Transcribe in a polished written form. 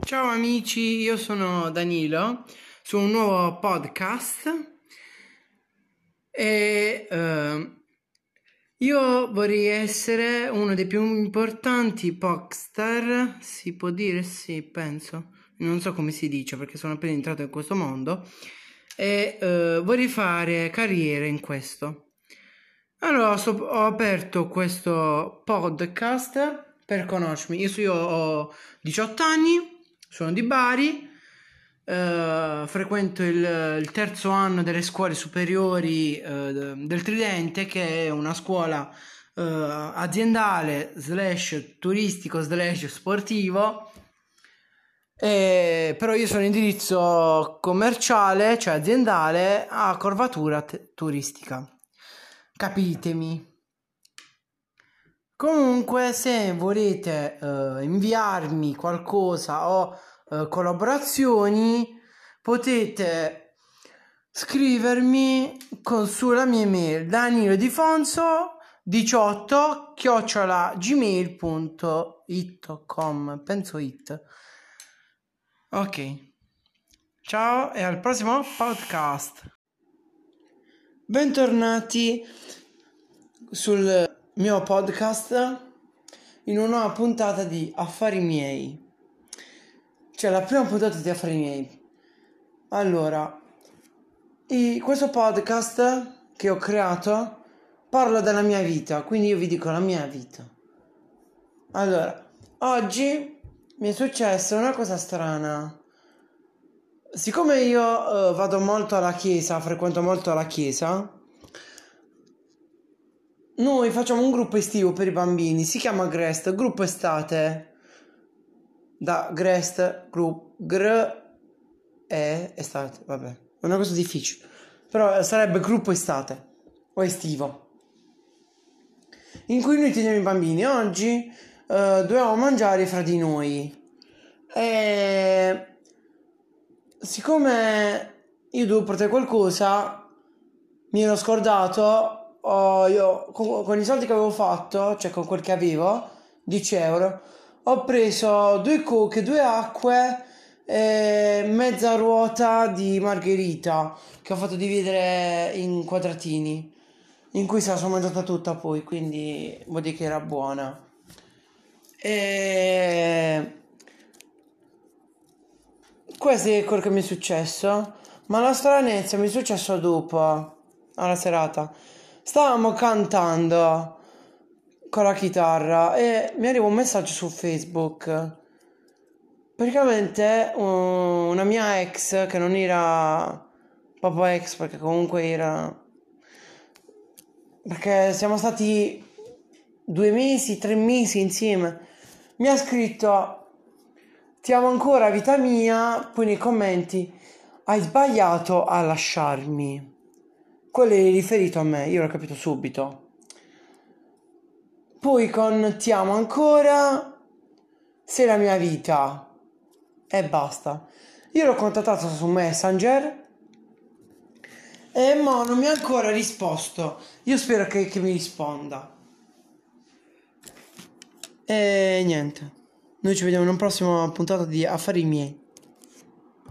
Ciao amici, io sono Danilo su un nuovo podcast e io vorrei essere uno dei più importanti popstar, si può dire? Sì, penso, non so come si dice perché sono appena entrato in questo mondo e vorrei fare carriera in questo. Allora, ho aperto questo podcast per conoscermi. Io ho 18 anni, sono di Bari, frequento il terzo anno delle scuole superiori del Tridente, che è una scuola aziendale slash turistico slash sportivo. Però io sono indirizzo commerciale, cioè aziendale, a curvatura turistica. Capitemi. Comunque, se volete inviarmi qualcosa o collaborazioni, potete scrivermi sulla mia email danilodifonso@gmail.it. penso it. Ok, ciao e al prossimo podcast. Bentornati sul mio podcast in una nuova puntata di Affari miei, cioè la prima puntata di Affari miei. Allora, questo podcast che ho creato parla della mia vita, quindi io vi dico la mia vita. Allora, oggi mi è successa una cosa strana. Siccome io vado molto alla chiesa, frequento molto la chiesa, noi facciamo un gruppo estivo per i bambini, si chiama GREST, gruppo estate. Da GREST, estate, vabbè, è una cosa difficile, però sarebbe gruppo estate o estivo, in cui noi teniamo i bambini. Oggi dovevamo mangiare fra di noi e siccome io dovevo portare qualcosa, mi ero scordato. Io con i soldi che avevo fatto, cioè con quel che avevo, 10 euro, ho preso 2 coche, 2 acque e mezza ruota di margherita che ho fatto dividere in quadratini, in cui se la sono mangiata tutta poi, quindi vuol dire che era buona. E questo è quello che mi è successo, ma la stranezza mi è successo dopo, alla serata. Stavamo cantando con la chitarra e mi arriva un messaggio su Facebook. Praticamente una mia ex, che non era proprio ex perché comunque era... perché siamo stati 2 mesi, 3 mesi insieme, mi ha scritto: ti amo ancora vita mia. Poi nei commenti: hai sbagliato a lasciarmi. Quello è riferito a me, io l'ho capito subito. Poi con ti amo ancora, sei la mia vita, e basta. Io l'ho contattato su Messenger e mo non mi ha ancora risposto. Io spero che mi risponda. E niente, noi ci vediamo in una prossima puntata di Affari miei.